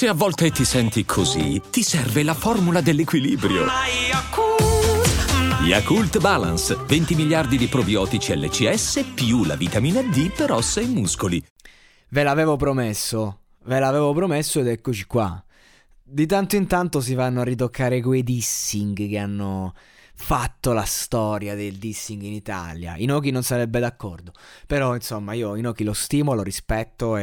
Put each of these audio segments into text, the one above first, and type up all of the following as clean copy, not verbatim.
Se a volte ti senti così, ti serve la formula dell'equilibrio. Yakult Balance, 20 miliardi di probiotici LCS più la vitamina D per ossa e muscoli. Ve l'avevo promesso ed eccoci qua. Di tanto in tanto si vanno a ritoccare quei dissing che hanno fatto la storia del dissing in Italia. Inoki non sarebbe d'accordo, però insomma io Inoki lo stimo, lo rispetto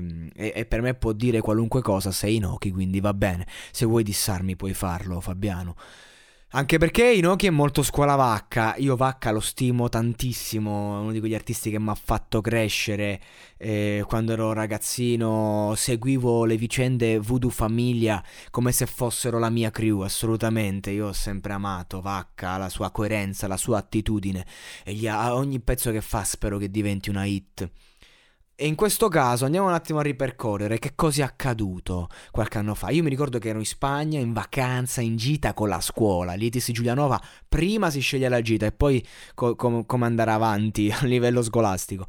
e per me può dire qualunque cosa, sei Inoki, quindi va bene. Se vuoi dissarmi puoi farlo, Fabiano. Anche perché Inoki è molto scuola Vacca. Io Vacca lo stimo tantissimo, è uno di quegli artisti che mi ha fatto crescere. Quando ero ragazzino seguivo le vicende Voodoo Famiglia come se fossero la mia crew, assolutamente. Io ho sempre amato Vacca, la sua coerenza, la sua attitudine, e ogni pezzo che fa spero che diventi una hit. E in questo caso andiamo un attimo a ripercorrere che cosa è accaduto qualche anno fa. Io mi ricordo che ero in Spagna, in vacanza, in gita con la scuola. L'ITIS Giulianova prima si sceglie la gita e poi come andare avanti a livello scolastico.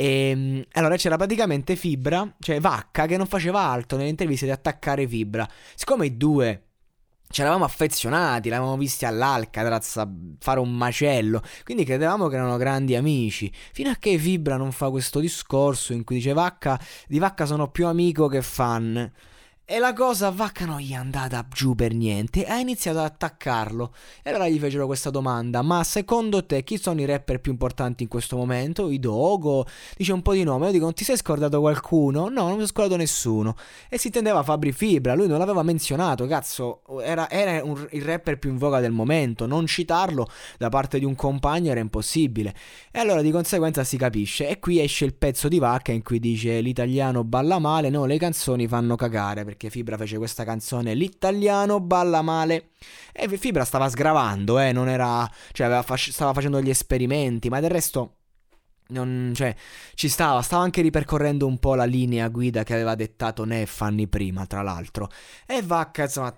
E allora c'era praticamente Fibra, cioè Vacca, che non faceva altro nelle interviste di attaccare Fibra. Siccome i due ci eravamo affezionati, l'avevamo visti all'Alcatraz a fare un macello, quindi credevamo che erano grandi amici, fino a che Fibra non fa questo discorso in cui dice di Vacca sono più amico che fan. E la cosa a Vacca non gli è andata giù per niente, ha iniziato ad attaccarlo. E allora gli fecero questa domanda: ma secondo te chi sono i rapper più importanti in questo momento? I Dogo? Dice un po' di nome. Io dico: non ti sei scordato qualcuno? No, non mi sono scordato nessuno. E si intendeva Fabri Fibra, lui non l'aveva menzionato, cazzo, era il rapper più in voga del momento. Non citarlo da parte di un compagno era impossibile. E allora di conseguenza si capisce. E qui esce il pezzo di Vacca in cui dice: l'italiano balla male, no, le canzoni fanno cagare, perché Fibra fece questa canzone l'italiano balla male e Fibra stava sgravando, non era, cioè stava facendo gli esperimenti, ma del resto non, cioè ci stava anche ripercorrendo un po' la linea guida che aveva dettato Neff anni prima, tra l'altro. E Vacca insomma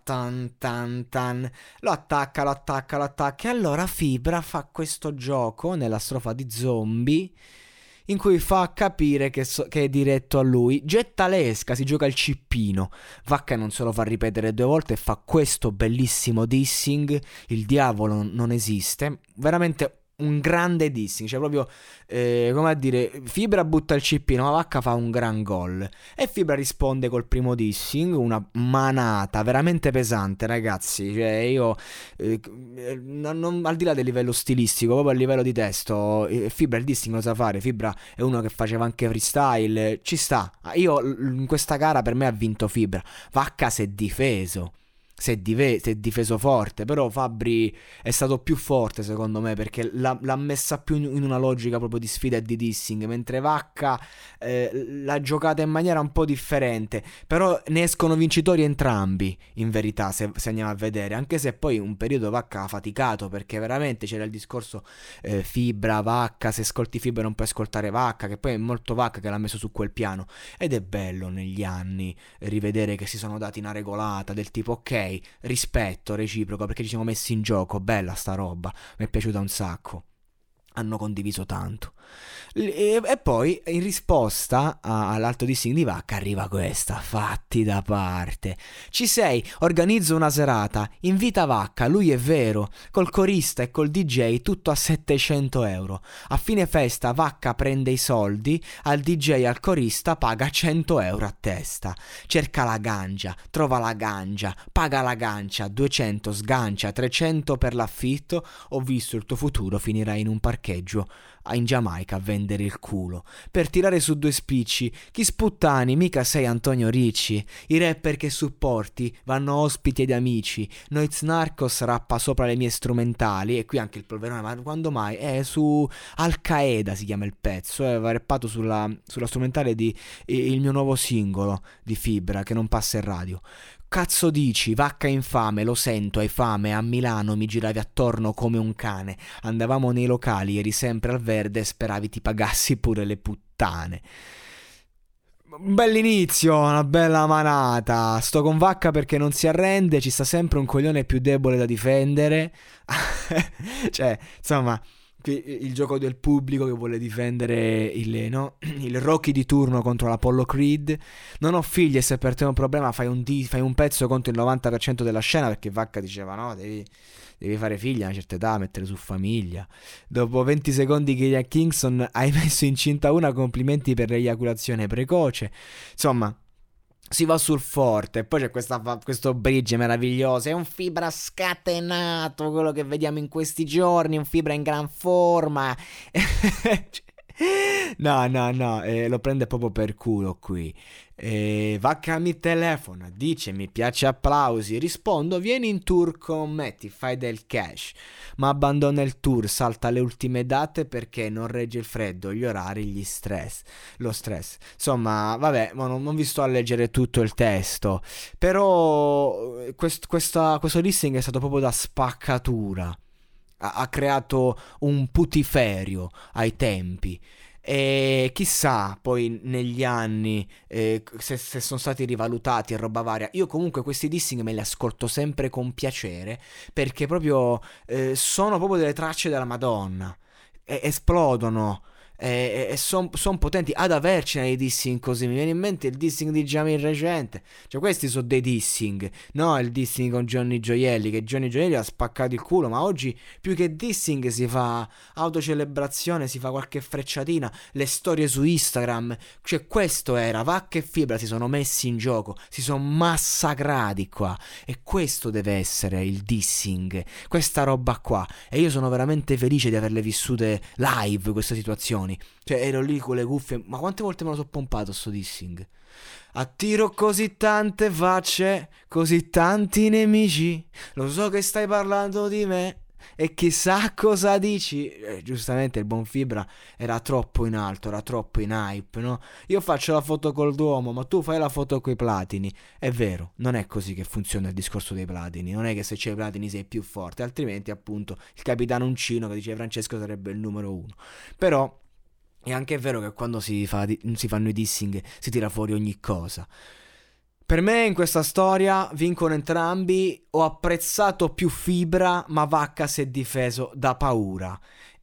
lo attacca e allora Fibra fa questo gioco nella strofa di Zombie in cui fa capire che è diretto a lui. Getta l'esca, si gioca il cippino. Vacca non se lo fa ripetere 2 volte e fa questo bellissimo dissing. Il diavolo non esiste. Veramente un grande dissing, cioè proprio come a dire, Fibra butta il cippino ma Vacca fa un gran gol e Fibra risponde col primo dissing, una manata veramente pesante, ragazzi, cioè io al di là del livello stilistico, proprio a livello di testo, Fibra il dissing lo sa fare. Fibra è uno che faceva anche freestyle, ci sta. Io in questa gara per me ha vinto Fibra. Vacca si è difeso, si è difeso forte, però Fabri è stato più forte secondo me, perché l'ha messa più in una logica proprio di sfida e di dissing, mentre Vacca l'ha giocata in maniera un po' differente. Però ne escono vincitori entrambi in verità, se andiamo a vedere, anche se poi un periodo Vacca ha faticato, perché veramente c'era il discorso Fibra, Vacca, se ascolti Fibra non puoi ascoltare Vacca, che poi è molto Vacca che l'ha messo su quel piano. Ed è bello negli anni rivedere che si sono dati una regolata del tipo ok, rispetto reciproco, perché ci siamo messi in gioco, bella sta roba, mi è piaciuta un sacco, hanno condiviso tanto. E poi in risposta all'alto dissing di Vacca arriva questa: fatti da parte, ci sei, organizzo una serata, invita Vacca, lui è vero, col corista e col DJ, tutto a 700 euro. A fine festa Vacca prende i soldi, al DJ e al corista paga 100 euro a testa. Cerca la ganja, trova la ganja, paga la gancia, 200 sgancia, 300 per l'affitto. Ho visto il tuo futuro, finirai in un parcheggio in Giamaica a vendere il culo per tirare su 2 spicci. Chi sputtani, mica sei Antonio Ricci. I rapper che supporti vanno ospiti ed amici. Noiz Narcos rappa sopra le mie strumentali. E qui anche il polverone, ma quando mai? Su Al Qaeda si chiama il pezzo, va rappato sulla strumentale di il mio nuovo singolo di Fibra che non passa in radio. Cazzo dici, Vacca infame, lo sento, hai fame, a Milano mi giravi attorno come un cane, andavamo nei locali, eri sempre al verde e speravi ti pagassi pure le puttane. Un bell'inizio, una bella manata. Sto con Vacca perché non si arrende, ci sta sempre un coglione più debole da difendere. Cioè, insomma, il gioco del pubblico che vuole difendere il Rocky di turno contro l'Apollo Creed. Non ho figli e se per te è un problema fai un pezzo contro il 90% della scena, perché Vacca diceva no, devi fare figli a una certa età, mettere su famiglia. Dopo 20 secondi che a Kingston hai messo incinta una, complimenti per l'eiaculazione precoce. Insomma, si va sul forte. E poi c'è questo bridge meraviglioso. È un fibra scatenato, quello che vediamo in questi giorni, un fibra in gran forma. No, lo prende proprio per culo qui. Vacca mi telefona, dice mi piace applausi, rispondo vieni in tour con me, ti fai del cash, ma abbandona il tour, salta le ultime date perché non regge il freddo, gli orari, lo stress. Insomma, vabbè, ma non vi sto a leggere tutto il testo, però questo listing è stato proprio da spaccatura. Ha creato un putiferio ai tempi. E chissà poi negli anni se sono stati rivalutati e roba varia. Io comunque questi dissing me li ascolto sempre con piacere, perché proprio sono proprio delle tracce della Madonna. Esplodono e sono potenti. Ad avercene dei dissing così. Mi viene in mente il dissing di Jamil recente. Cioè questi sono dei dissing. No, il dissing con Johnny Gioielli, che Johnny Gioielli ha spaccato il culo. Ma oggi più che dissing si fa autocelebrazione, si fa qualche frecciatina, le storie su Instagram. Cioè questo era, Vacca e Fibra si sono messi in gioco, si sono massacrati qua. E questo deve essere il dissing, questa roba qua. E io sono veramente felice di averle vissute live queste situazioni. Cioè ero lì con le cuffie. Ma quante volte me lo so pompato sto dissing? Attiro così tante facce, così tanti nemici. Lo so che stai parlando di me e chissà cosa dici. Giustamente il buon Fibra era troppo in alto, era troppo in hype, no? Io faccio la foto col Duomo, ma tu fai la foto coi platini. È vero, non è così che funziona il discorso dei platini. Non è che se c'è i platini sei più forte, altrimenti appunto il capitano Uncino che dice Francesco sarebbe il numero 1. Però è anche vero che quando si fanno i dissing si tira fuori ogni cosa. Per me in questa storia vincono entrambi. Ho apprezzato più Fibra, ma Vacca si è difeso da paura.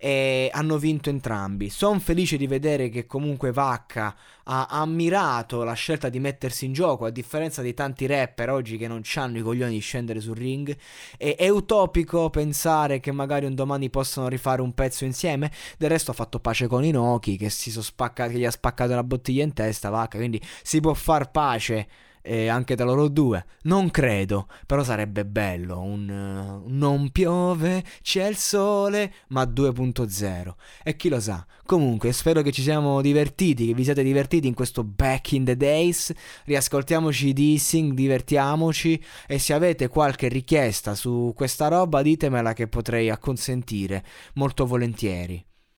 E hanno vinto entrambi. Sono felice di vedere che comunque Vacca ha ammirato la scelta di mettersi in gioco, a differenza di tanti rapper oggi che non hanno i coglioni di scendere sul ring. È utopico pensare che magari un domani possano rifare un pezzo insieme. Del resto ha fatto pace con Inoki, che che gli ha spaccato una bottiglia in testa, Vacca, quindi si può far pace anche tra loro due. Non credo, però sarebbe bello un non piove, c'è il sole, ma 2.0. E chi lo sa. Comunque spero che ci siamo divertiti, che vi siate divertiti in questo Back in the Days. Riascoltiamoci i dissing, divertiamoci, e se avete qualche richiesta su questa roba ditemela che potrei acconsentire molto volentieri.